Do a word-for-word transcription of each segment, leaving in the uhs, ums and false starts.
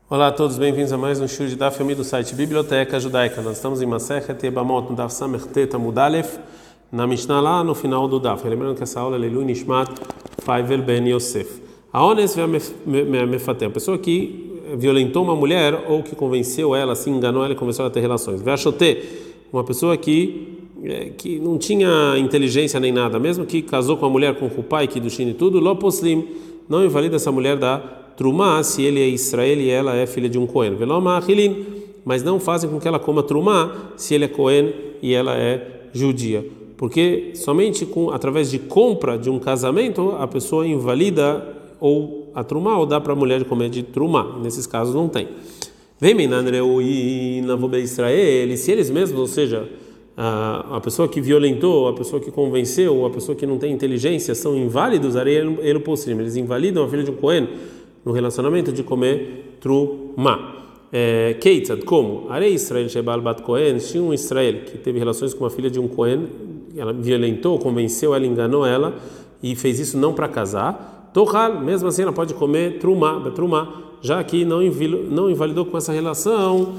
Olá a todos, bem-vindos a mais um shiur de Daf Yomi do site Biblioteca Judaica. Nós estamos em Masechet Yebamot, no Daf Samech Amud Aleph, na Mishnah lá no final do Daf. Lembrando que essa aula é Leilu Nishmat Faivel Ben Yosef. A Ones veio a Mefaté, a pessoa que violentou uma mulher ou que convenceu ela, se enganou ela e convenceu ela a ter relações. Veachote, uma pessoa que que não tinha inteligência nem nada, mesmo que casou com a mulher com o pai, que do Shin e tudo, Lo Poslim, não invalida essa mulher da Trumá, se ele é Israel e ela é filha de um Cohen. Veloma Achilin, mas não fazem com que ela coma Trumá, se ele é Cohen e ela é judia. Porque somente com, através de compra de um casamento, a pessoa invalida ou a Trumá ou dá para a mulher comer de Trumá. Nesses casos não tem. Vem Menandreu e Navobe Israel, se eles mesmos, ou seja, a, a pessoa que violentou, a pessoa que convenceu, a pessoa que não tem inteligência, são inválidos, ele possuem, eles invalidam a filha de um Cohen no relacionamento de comer trumá. Keitzad, como? Arei Israel Shebal Bat Cohen, tinha um Israel que teve relações com uma filha de um Cohen, ela violentou, convenceu ela, enganou ela e fez isso não para casar. Tochal, mesmo assim ela pode comer trumá, trumá, já que não invalidou, não invalidou com essa relação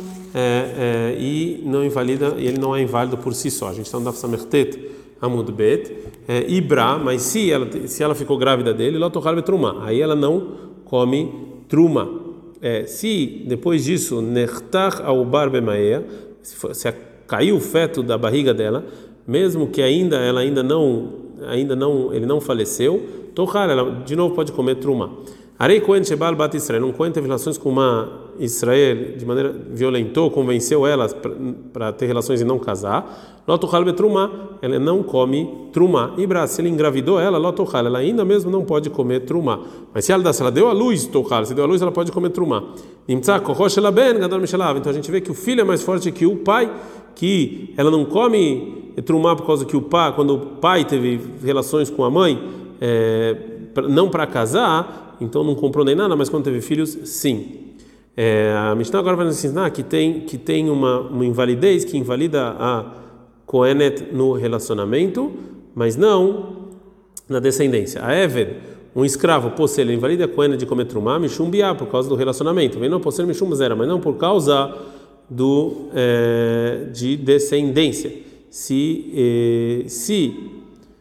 é, é, e não invalida, e ele não é inválido por si só. A gente está no Daf Samertet Amud Bet, é, Ibra, mas se ela se ela ficou grávida dele, lo tochal betrumá, aí ela não come truma. É, se depois disso nertar ao barbemaia, se caiu o feto da barriga dela, mesmo que ainda ela ainda não ainda não ele não faleceu, tochar, ela de novo pode comer truma. Arei Cohen Shebal Bat Israel, um Cohen teve relações com uma Israel de maneira violentou, convenceu ela para ter relações e não casar. Lotochal betruma, ela não come truma. Ibra, se ele engravidou ela, lotochal, ela ainda mesmo não pode comer truma. Mas se ela, dá, se ela deu a luz, tochal, se deu a luz, ela pode comer truma. Nimtza kochosh ela ben gadol mishelav. Então a gente vê que o filho é mais forte que o pai, que ela não come truma por causa que o pai, quando o pai teve relações com a mãe, é, não para casar, então não comprou nem nada, mas quando teve filhos, sim. É, a Mishnah agora vai nos ensinar que tem, que tem uma, uma invalidez que invalida a Kohenet no relacionamento, mas não na descendência. A Eved, um escravo, possui, ele invalida a Kohenet de comer trumá, mishum biá, por causa do relacionamento. Vem não possui mishum zera, mas não por causa do, é, de descendência. Se, é, se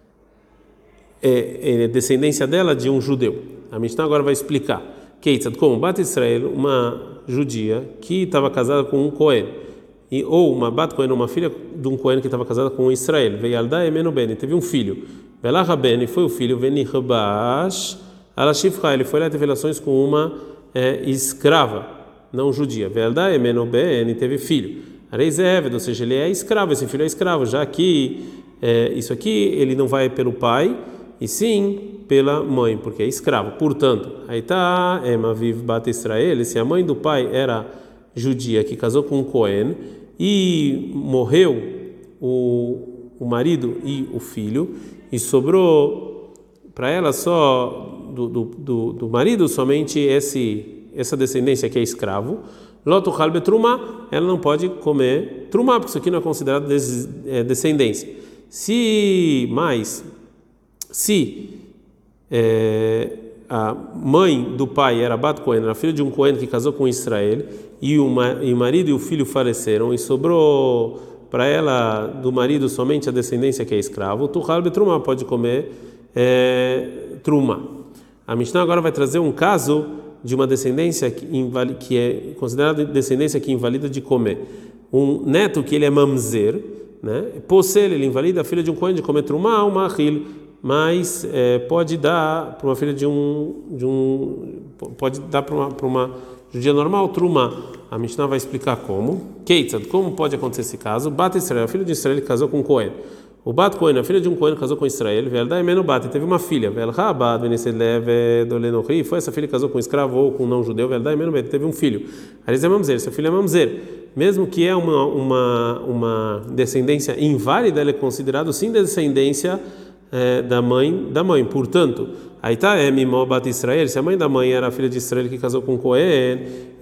é, é descendência dela de um judeu. A Mishnah agora vai explicar. Keitzad, como Bat Israel, uma judia que estava casada com um Cohen, e, ou uma Bat Cohen, uma filha de um Cohen que estava casada com um Israel, Veialda Emenu Ben, teve um filho, Velah Ben, foi o filho, Venirbash, Alashifra, ele foi lá ter relações com uma é, escrava, não judia, Veialda Emenu Ben, teve filho, Areizeved, ou seja, ele é escravo, esse filho é escravo, já que é, isso aqui ele não vai pelo pai, e sim pela mãe, porque é escravo. Portanto, aí tá, Emaviv Bat Israel, se a mãe do pai era judia que casou com um Cohen e morreu o, o marido e o filho, e sobrou para ela só do, do, do, do marido somente esse, essa descendência que é escravo, Loto Halbe Trumá, ela não pode comer Trumá, porque isso aqui não é considerado des, é, descendência. Se mais, se É, a mãe do pai era Bat Cohen, era filha de um Cohen que casou com Israel, e o, e o marido e o filho faleceram, e sobrou para ela do marido somente a descendência que é escravo, Tuhal Betrumá, pode comer é, Trumá. A Mishnah agora vai trazer um caso de uma descendência que, invali, que é considerada descendência que invalida de comer. Um neto que ele é mamzer, né? Possel, ele invalida a filha de um Cohen de comer Trumá, uma Achil, mas é, pode dar para uma filha de um de um pode dar para uma, para uma judia normal truma. A Mishnah vai explicar como. Keitzad, como pode acontecer esse caso? Bat Israel, a filha de Israel casou com Cohen. O Bat Cohen, a filha de um Cohen casou com Israel. Ve'aldai meno bat, teve uma filha. Ve'alcha bat ve'nesedlev dolenochri. Foi essa filha que casou com um escravo ou com um não judeu. Ve'aldai meno bet, teve um filho. Arizé é mamzer, essa filha é mamzer. Mesmo que é uma uma uma descendência inválida, ela é considerado sim descendência é, da mãe da mãe. Portanto, aí tá é Mimobat Israel, se a mãe da mãe era a filha de Israel que casou com Cohen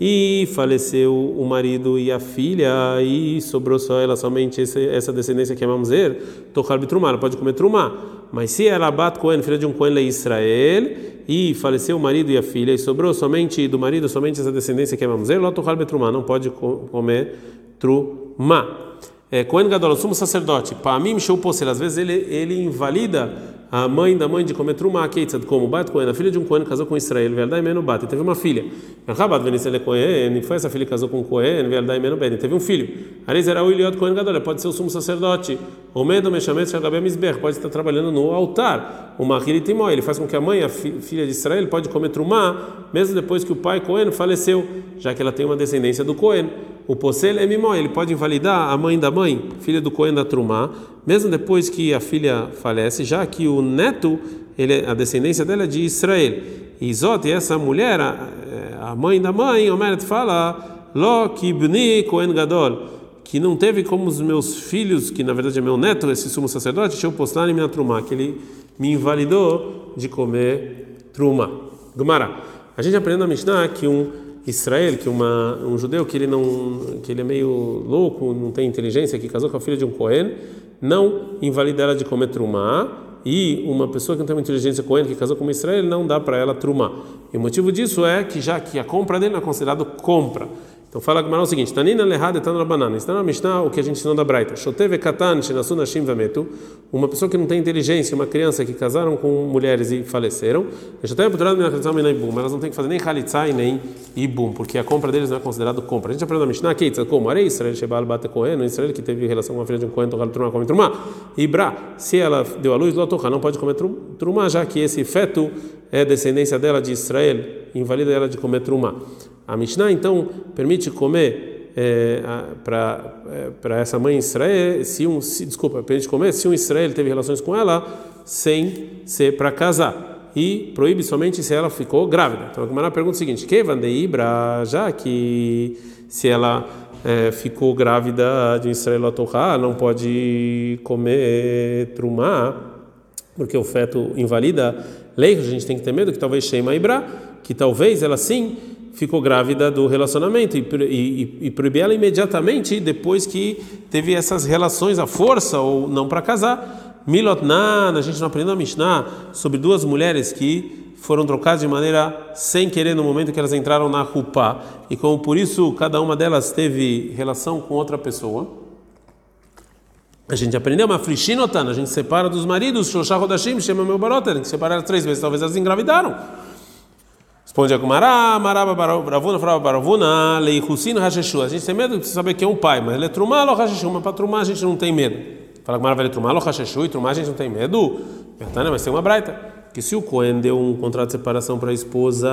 e faleceu o marido e a filha e sobrou só ela somente essa, essa descendência que é Mamzer, Tochal Bitrumá, ela pode comer Trumá. Mas se ela Bat Cohen, filha de um Cohen de Israel, e faleceu o marido e a filha e sobrou somente do marido somente essa descendência que é Mamzer, Lot Tochal Bitrumá, não pode comer Trumá. É, Cohen Gadol, o sumo sacerdote, Pamim Sheu Posel, às vezes ele ele invalida a mãe da mãe de comer Trumá, Keitzad, como Bat Cohen, a filha de um Cohen casou com Israel, Verdai Meno Bat, teve uma filha. Rabat Venisele Cohen, foi essa filha que casou com Cohen, Verdai Meno Bet, teve um filho. Ares era o Iliot Cohen Gadol, pode ser o sumo sacerdote. O Medo Meshamet Shagabé Misber, pode estar trabalhando no altar. O Mahir Timó, ele faz com que a mãe, a filha de Israel, pode comer Trumá, mesmo depois que o pai Cohen faleceu, já que ela tem uma descendência do Cohen. O Posel é Mimó, ele pode invalidar a mãe da mãe, filha do Cohen da Trumá, mesmo depois que a filha falece, já que o neto, ele, a descendência dela é de Israel. E Zot, essa mulher, a, a mãe da mãe, Omeret fala, Lo Kibni Cohen Gadol, que não teve como os meus filhos, que na verdade é meu neto, esse sumo sacerdote, deixou postar em minha Trumá, que ele me invalidou de comer Trumá. Gumara, a gente aprende na Mishnah que um Israel, que uma, um judeu que ele não, que ele é meio louco, não tem inteligência, que casou com a filha de um Cohen, não invalida ela de comer Trumá, e uma pessoa que não tem uma inteligência Cohen, que casou com uma Israel, não dá para ela Trumá. E o motivo disso é que já que a compra dele não é considerado compra. Então fala Gemara o seguinte: Tanina lehad etan rabanan. Está na Mishnah o que a gente ensinou da Braita. Shotev katan shenasu nashim vametu. Uma pessoa que não tem inteligência, uma criança que casaram com mulheres e faleceram. Shotev putrado min halitzah min ibum. Elas não têm que fazer nem halitzah e nem ibum, porque a compra deles não é considerado compra. A gente aprende na Mishnah que como arei Israel shebal bate Cohen, Israel que teve relação com a filha de um Cohen, tocar trumá, come trumá. Ibra, se ela deu a luz, lotocha, não pode comer trumá, já que esse feto é descendência dela de Israel, invalida ela de comer trumá. A Mishnah então permite comer é, para é, para essa mãe Israel, se um se, desculpa, permite comer se um Israel teve relações com ela sem ser para casar, e proíbe somente se ela ficou grávida. Então a Gemara pergunta o seguinte: que Ibra, já que se ela é, ficou grávida de um Israel Torá, não pode comer trumá, porque o feto invalida lei, a gente tem que ter medo que talvez Shema Ibra, que talvez ela sim ficou grávida do relacionamento, e, e, e proibir ela imediatamente depois que teve essas relações à força ou não para casar. Milotnan, a gente não aprendeu a Mishnah sobre duas mulheres que foram trocadas de maneira sem querer no momento que elas entraram na Rupá, e como por isso cada uma delas teve relação com outra pessoa. A gente aprendeu uma frishinotan, a gente separa dos maridos, Shoshá Rodashim, Shema meu baroter, que separaram três vezes, talvez elas engravidaram. Responde a Gumará, Maraba Baravuna, Frava Baravuna, Leichusino Hasheshu. A gente tem medo de saber que é um pai, mas ele é Trumá, Lo Hasheshu, mas para Trumá a gente não tem medo. Fala Gumará, vai Trumá, Lo Hasheshu, e Trumá a gente não tem medo. Verdade, mas tem uma braita, que se o Cohen deu um contrato de separação para a esposa,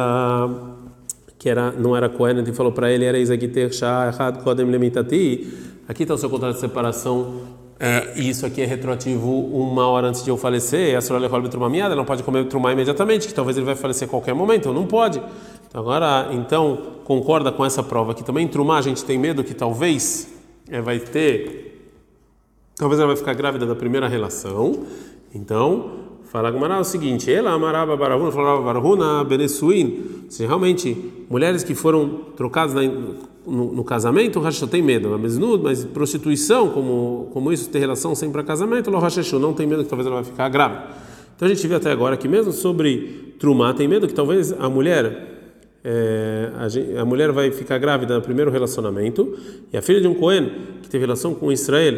que era, não era Cohen, ele falou para ele, era Isagiter Shah, Echad Kodem Lemitati, aqui está o seu contrato de separação. É, e isso aqui é retroativo uma hora antes de eu falecer, a senhora levou trumá miada, não pode comer trumá imediatamente, que talvez ele vai falecer a qualquer momento, então não pode. Então, agora, então, concorda com essa prova que também trumá a gente tem medo que talvez é, vai ter, talvez ela vai ficar grávida da primeira relação. Então, fala Gumará o seguinte: ela amarava baravuna, falava baravuna, benesuin. Se realmente mulheres que foram trocadas na No, no casamento, o Hashem tem medo, mas, no, mas prostituição, como, como isso ter relação sempre para casamento, o Hashem não tem medo que talvez ela vai ficar grávida. Então a gente viu até agora que mesmo sobre Trumá tem medo que talvez a mulher é, a, a mulher vai ficar grávida no primeiro relacionamento, e a filha de um Cohen que teve relação com Israel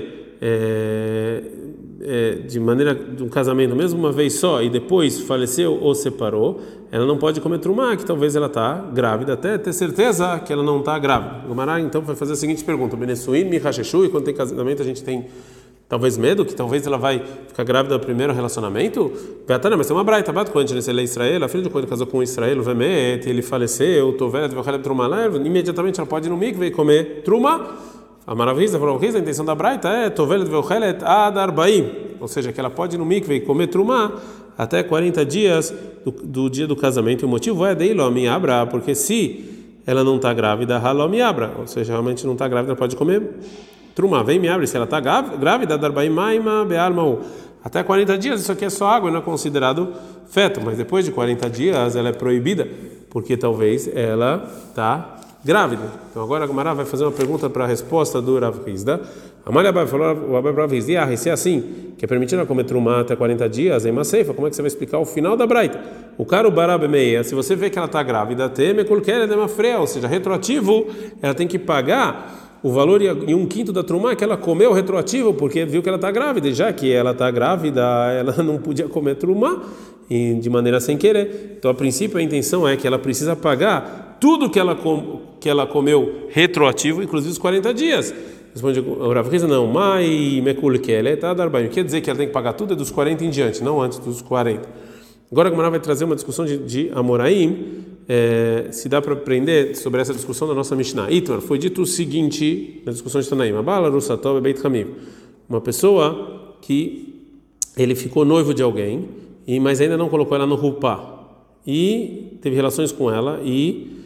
é, é, de maneira de um casamento mesmo uma vez só e depois faleceu ou separou, ela não pode comer trumá, que talvez ela está grávida, até ter certeza que ela não está grávida. O Gumará então vai fazer a seguinte pergunta: Benesuim, Mihasheshu, e quando tem casamento a gente tem talvez medo que talvez ela vai ficar grávida no primeiro relacionamento? Beatana, mas tem uma braita, bat quando ele é Israel, a filha de quando casou com Israel, Vemet, ele faleceu, Tovet, Vachaleb Trumá, imediatamente ela pode ir no mikve e comer trumá. A maravilha, a intenção da braita é Tovelet Veochelet Adarbaim, ou seja, que ela pode ir no mikve e comer trumá até quarenta dias do, do dia do casamento. E o motivo é Deilo Abra, porque se ela não está grávida, Halom Abra, ou seja, realmente não está grávida, ela pode comer trumá. Vem me abre, se ela está grávida, Darbaim Maima Bealmau. Até quarenta dias isso aqui é só água, não é considerado feto, mas depois de quarenta dias ela é proibida, porque talvez ela está grávida. Então agora a Gemara vai fazer uma pergunta para a resposta do Rav Hizda. A Malha Abai falou, o Abai Rav Hizda, ah, se é assim, que é permitido comer trumá até quarenta dias, em uma ceifa, como é que você vai explicar o final da braita? O caro barabe meia, se você vê que ela está grávida, teme qualquer de uma freia, ou seja, retroativo, ela tem que pagar o valor em um quinto da trumá que ela comeu retroativo, porque viu que ela está grávida, e já que ela está grávida, ela não podia comer trumá de maneira sem querer. Então, a princípio, a intenção é que ela precisa pagar tudo que ela, com, que ela comeu retroativo, inclusive os quarenta dias. Responde o Rav Hizda, não, mai mekulkele tá darbaim. Quer dizer que ela tem que pagar tudo é dos quarenta em diante, não antes dos quarenta. Agora a Gemara vai trazer uma discussão de, de Amoraim, é, se dá para aprender sobre essa discussão da nossa Mishnah. Itmar, foi dito o seguinte na discussão de Tanaim: Abala Rusatov Beit Hamim. Uma pessoa que ele ficou noivo de alguém, e mas ainda não colocou ela no rupá, e teve relações com ela e,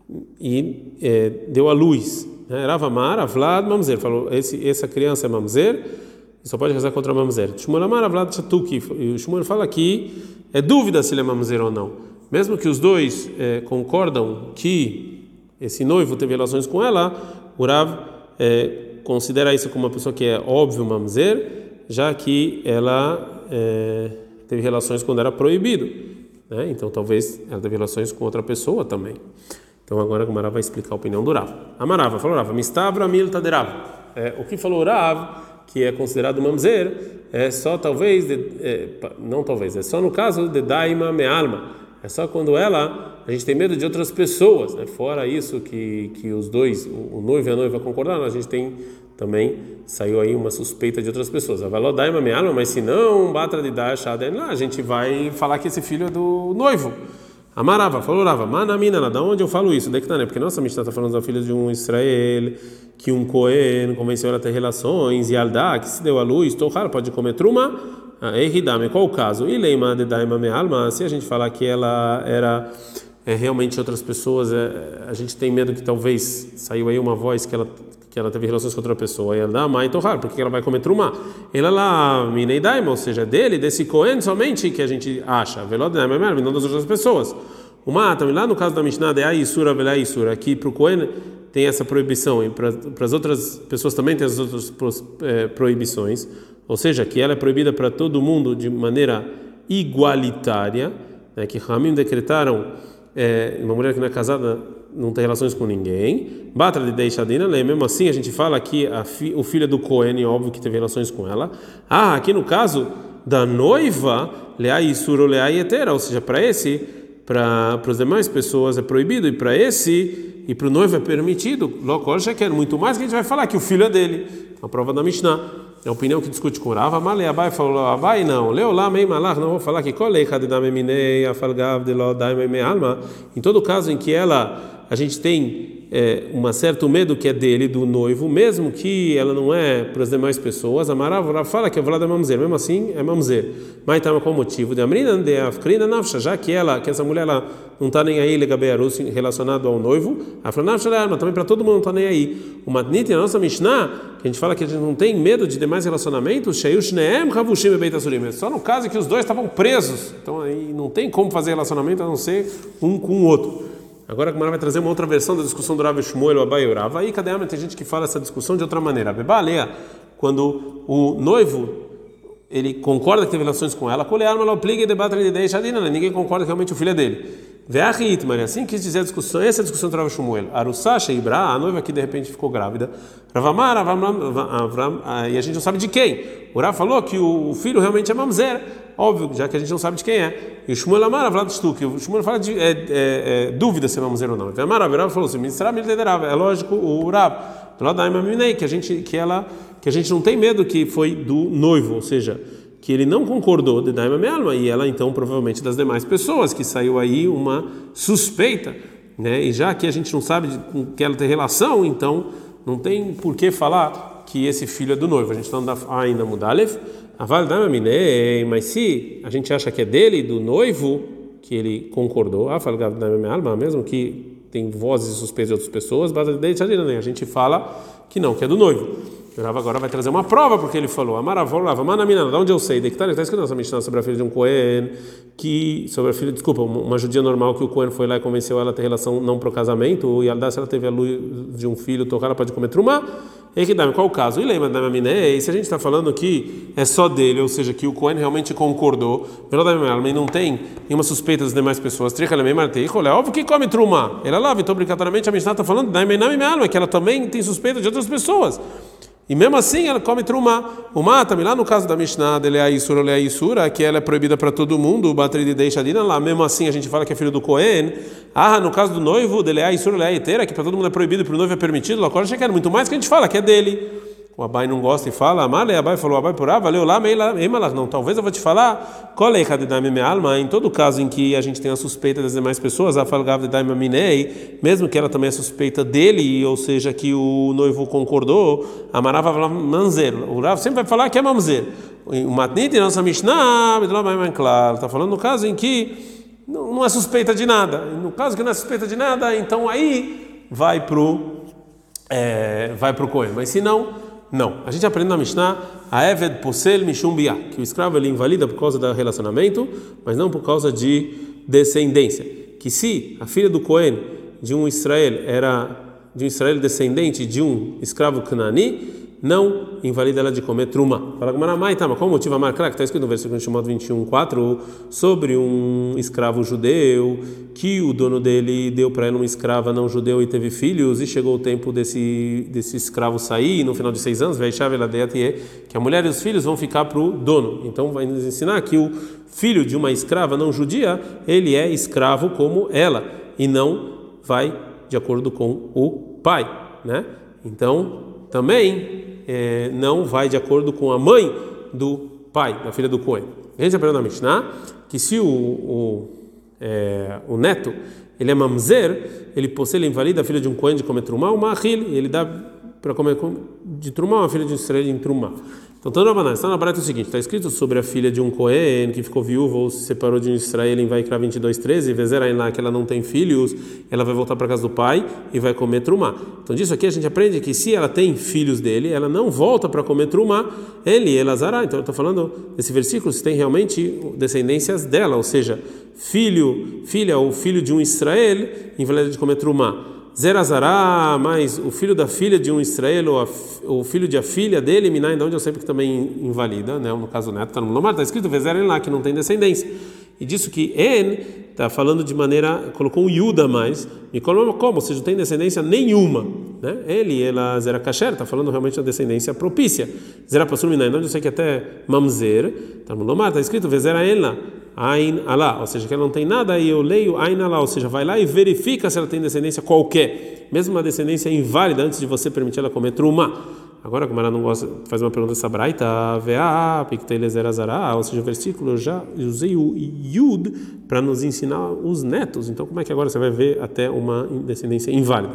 e é, deu à luz. Rav Amar, Avlad, Mamzer. Falou, esse, essa criança é Mamzer, só pode rezar contra Mamzer. Shmuel Amar, Avlad, Shatuki. E o Shmuel fala que é dúvida se ele é Mamzer ou não. Mesmo que os dois é, concordam que esse noivo teve relações com ela, o Rav é, considera isso como uma pessoa que é óbvio Mamzer, já que ela é, teve relações quando era proibido. Né? Então talvez ela teve relações com outra pessoa também. Então agora o Gemara vai explicar a opinião do Rav. Amarava, falou Rav, Mistabra milta de Rav. É, o que falou o Rav, que é considerado mamzer, é só talvez, de, é, não talvez, é só no caso de daima me alma. É só quando ela, a gente tem medo de outras pessoas, né? Fora isso que que os dois, o, o noivo e a noiva concordaram, a gente tem também saiu aí uma suspeita de outras pessoas. A valor daima me alma, mas se não batra de dar lá, a gente vai falar que esse filho é do noivo. Amarava, falou Rava, manamina, da onde eu falo isso? Dectané, porque nossa Mishnah está falando da filha de um Israel, que um Cohen convenceu ela a ter relações, e Aldá, que se deu à luz, Tohar, pode comer truma, Ehidame, qual o caso? E Leima de Daima me alma, se a gente falar que ela era é, realmente outras pessoas, é, a gente tem medo que talvez saiu aí uma voz que ela que ela teve relações com outra pessoa, e ela dá mais Tohar, porque ela vai comer truma? Ela lá, Minei Daima, ou seja, dele, desse Cohen somente que a gente acha, Velod Daima me alma, não das outras pessoas. Uma também lá no caso da Mishnah de Aisura Velá Isura, aqui para o Cohen tem essa proibição e para as outras pessoas também tem as outras é, proibições, ou seja, que ela é proibida para todo mundo de maneira igualitária, né, que Ramim decretaram é, uma mulher que não é casada não tem relações com ninguém. Batra de Deishadina, mesmo assim a gente fala que a fi, o filho é do Cohen, óbvio que teve relações com ela. Ah, aqui no caso da noiva, Leá Isura ou Leá Yetera, ou seja, para esse para as demais pessoas é proibido e para esse e para o noivo é permitido. Logo, já quer muito mais que a gente vai falar que o filho é dele. A prova da Mishnah é a opinião que discute com Rava. Malei Abai falou Abai não. Leu lá mei malach não vou falar que kolei kadidam eminei afalgav de lo daim me alma. Em todo caso em que ela a gente tem é, um certo medo que é dele, do noivo, mesmo que ela não é para as demais pessoas. A Marav fala que é Vlad é mamzer, mesmo assim é mamzer. Mas tá qual o motivo? De Amrina de Afkrina Nafsha, já que ela, que essa mulher ela não está nem aí legabearus relacionado ao noivo, a Franafsha é arma, também para todo mundo não está nem aí. O Matnit, na nossa Mishnah, que a gente fala que a gente não tem medo de demais relacionamentos, Sheiush Neem Ravushim Beit Asurim, só no caso que os dois estavam presos. Então aí não tem como fazer relacionamento a não ser um com o outro. Agora a Gemara vai trazer uma outra versão da discussão do Rav Shmuel, o Abai e o Rava. Aí, cadê a tem gente que fala essa discussão de outra maneira. A Beba Alea, quando o noivo ele concorda que teve relações com ela, ninguém concorda que realmente o filho é dele. Ve'achit, assim quis dizer a discussão, essa é a discussão do Rav Shmuel. Arusá Sheibra, a noiva que de repente ficou grávida. Ravamar, Avram, e a gente não sabe de quem. O Rav falou que o filho realmente é mamzer, óbvio, já que a gente não sabe de quem é. E o Shmuel Amar, Avlad Shtuk, o Shmuel fala de é, é, é, dúvida se é mamzer ou não. O Amar, o Rav falou assim, é lógico, o Rav, do lado da Imaminei, que a gente que ela que a gente não tem medo que foi do noivo, ou seja, que ele não concordou de Daima me alma, e ela então provavelmente das demais pessoas, que saiu aí uma suspeita, né? E já que a gente não sabe com que ela tem relação, então não tem por que falar que esse filho é do noivo. A gente não dá ainda mudalef, aval Daima minei, mas se a gente acha que é dele, do noivo, que ele concordou, ah, falgav Daima me alma, mesmo que tem vozes suspeitas de outras pessoas, a gente fala que não, que é do noivo. O Rav agora vai trazer uma prova porque ele falou: Amaravol, Rav, Manamina, de onde eu sei? Está escrito na nossa Mishnah sobre a filha de um Cohen, que sobre a filha, desculpa, uma judia normal que o Cohen foi lá e convenceu ela a ter relação não para o casamento, e ela, se ela teve a luz de um filho, tocar, ela pode comer trumá. E que dá, qual o caso? E lembra da Maminé? Se a gente está falando que é só dele, ou seja, que o Cohen realmente concordou, pelo da Maminé, não tem nenhuma suspeita das demais pessoas. É óbvio que come trumá. Ela lava, então obrigatoriamente a Mishnah está falando da Maminé, que ela também tem suspeita de outras pessoas. E mesmo assim ela come trumá. O mata-me lá no caso da Mishnah, dele é a Isura, é a Isura, que ela é proibida para todo mundo, o Batri deixa Dina lá. Mesmo assim a gente fala que é filho do Cohen. Ah, no caso do noivo, dele é a Isura, é a Itera, que para todo mundo é proibido e para o noivo é permitido. Lá agora já quer muito mais que a gente fala que é dele. O Abai não gosta e fala, Amale, Abai falou, Abai por ah, valeu lá, Meimalach. Não, talvez eu vou te falar, Kolei Kadidame Mealma, em todo caso em que a gente tem a suspeita das demais pessoas, a Falgav de Daima Minei, mesmo que ela também é suspeita dele, ou seja, que o noivo concordou, Amarava vai falar Mamzer. O Rav sempre vai falar que é Mamzer. O Matnit, nossa Mishnah, claro, está falando no caso em que não é suspeita de nada. No caso que não é suspeita de nada, então aí vai pro é, vai pro Cohen. Mas se não, não. A gente aprende na Mishnah a Eved Posel Mishum Biá, que o escravo ele invalida por causa do relacionamento, mas não por causa de descendência. Que se a filha do Cohen de um Israel era de um Israel descendente de um escravo Canaani, não invalida ela de comer truma. Fala com a tá, mas qual o motivo a marcar? Que está escrito no versículo Shemot vinte e um, quatro, sobre um escravo judeu que o dono dele deu para ele uma escrava não judeu e teve filhos, e chegou o tempo desse desse escravo sair, e no final de seis anos, que a mulher e os filhos vão ficar para o dono. Então vai nos ensinar que o filho de uma escrava não judia, ele é escravo como ela, e não vai de acordo com o pai, né? Então também É, não vai de acordo com a mãe do pai, da filha do Cohen. A gente aprendeu na Mishnah que se o, o, é, o neto ele é mamzer, ele possui, ele invalida a filha de um Cohen de comer trumá, uma achil, ele dá para comer de trumá uma filha de um Israel em trumá. Então, tanto na Banana, está na Barata o seguinte: está escrito sobre a filha de um Cohen que ficou viúva ou se separou de um Israel em Vaikra vinte e dois, treze, Vezerain lá, que ela não tem filhos, ela vai voltar para casa do pai e vai comer trumá. Então, disso aqui a gente aprende que se ela tem filhos dele, ela não volta para comer trumá, ele, Elazará. Então, eu estou falando desse versículo, se tem realmente descendências dela, ou seja, filho, filha ou filho de um Israel, invalida de comer trumá. Zerazará, mas o filho da filha de um Israel, ou a, o filho de a filha dele, Minai, de onde eu sei que também invalida, né? No caso o neto, está no Lomar, está escrito Vezeren lá, que não tem descendência. E disso que En está falando de maneira, colocou um Yuda mais, e colocou como? Ou seja, não tem descendência nenhuma, né? Ele, ela, Zera Kasher, está falando realmente da descendência propícia. Zera Pasur Minai, de onde eu sei que até Mamzer, está no Lomar, está escrito Vezeren lá. Ain Alá, ou seja, que ela não tem nada, e eu leio Ain Alá, ou seja, vai lá e verifica se ela tem descendência qualquer, mesmo uma descendência inválida, antes de você permitir ela comer trumá. Agora, como ela não gosta, faz uma pergunta essa braita, vea, picteilezerazará, ou seja, o versículo eu já usei o Yud para nos ensinar os netos, então como é que agora você vai ver até uma descendência inválida?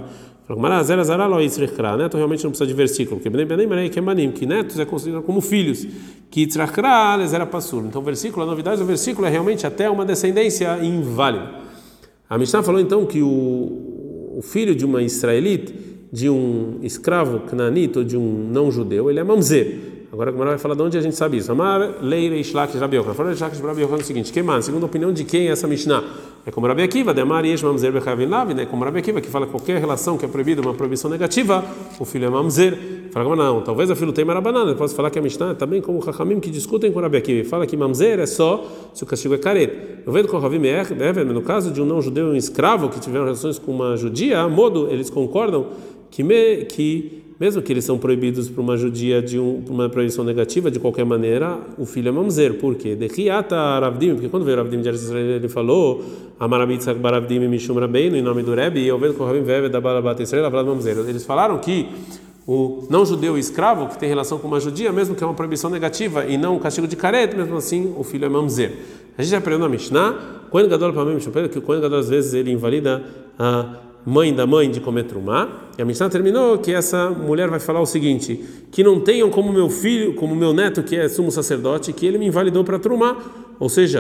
Neto realmente não precisa de versículo, que netos é considerado como filhos, que era passur. Então, o versículo, a novidade do versículo é realmente até uma descendência inválida. A Mishnah falou então que o, o filho de uma israelita, de um escravo canaanita ou de um não judeu, ele é mamzer. Agora, como ela vai falar de onde a gente sabe isso? Amar leire ishlak Rabi Yochanan. Fala de ishlak Rabi Yochanan é o seguinte: que man, segundo a opinião de quem é essa Mishnah? É como Rabi Akiva, de Amar yesh mamzer bechavin lav, né? Como Rabi Akiva, que fala que qualquer relação que é proibida, uma proibição negativa, o filho é mamzer. Fala como não, talvez o filho tenha marabanana. Eu posso falar que a Mishnah é também como Chachamim que discutem com Rabi Akiva. Fala que mamzer é só se o castigo é caret. Eu vejo com o Ravim é, no caso de um não judeu e um escravo que tiveram relações com uma judia, a modo, eles concordam que, me, que mesmo que eles são proibidos por uma judia de um, uma proibição negativa, de qualquer maneira, o filho é mamzer. Por quê? De Riata Ravdim, porque quando veio Ravdim de Israel, ele falou Amarabitzak Baravdim Mishum Rabbeinu, em nome do Rebbe, e eu vejo com o Ravim Veve da Balabat Israel, a mamzer. Eles falaram que o não judeu escravo que tem relação com uma judia, mesmo que é uma proibição negativa e não um castigo de caret, mesmo assim o filho é mamzer. A gente já aprendeu na Mishnah, Kohen Gadol Pamim Shupel, que o Kohen Gadol às vezes ele invalida a mãe da mãe de comer trumá. E a Mishnah terminou que essa mulher vai falar o seguinte: que não tenham como meu filho, como meu neto que é sumo sacerdote, que ele me invalidou para trumá. Ou seja,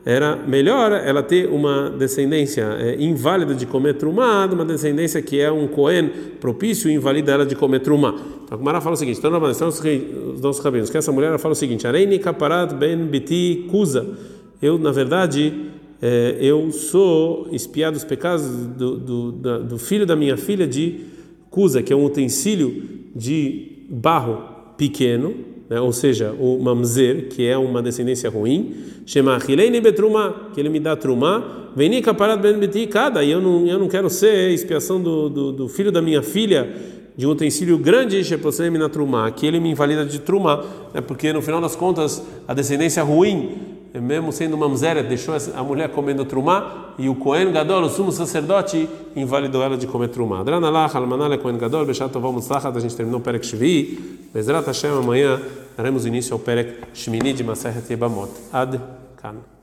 era melhor ela ter uma descendência é, inválida de comer trumá, uma descendência que é um Cohen propício e invalida ela de comer trumá. Então a Gemara fala o seguinte, então os nossos rabinos, que essa mulher ela fala o seguinte, Areini kaparat ben biti kuza, eu na verdade é, eu sou espiado dos pecados do, do, do, do filho da minha filha de kuza, que é um utensílio de barro pequeno, né? Ou seja, o mamzer, que é uma descendência ruim, chama Hileini betruma, que ele me dá trumá, veni kaparat ben biti kada, e eu não eu não quero ser expiação do, do, do filho da minha filha de um utensílio grande, sheposem na trumá, que ele me invalida de trumá, né? Porque no final das contas a descendência ruim, mesmo sendo mamzer, deixou a mulher comendo trumá, e o Cohen Gadol, o sumo sacerdote, invalidou ela de comer trumá. Dranalach almanale Cohen Gadol, bechat tovah mutzlachat. A gente terminou o Perek Shvi'i. Bezrat Hashem, amanhã daremos início ao Perek Shmini de Masechet Yebamot. Ad kan.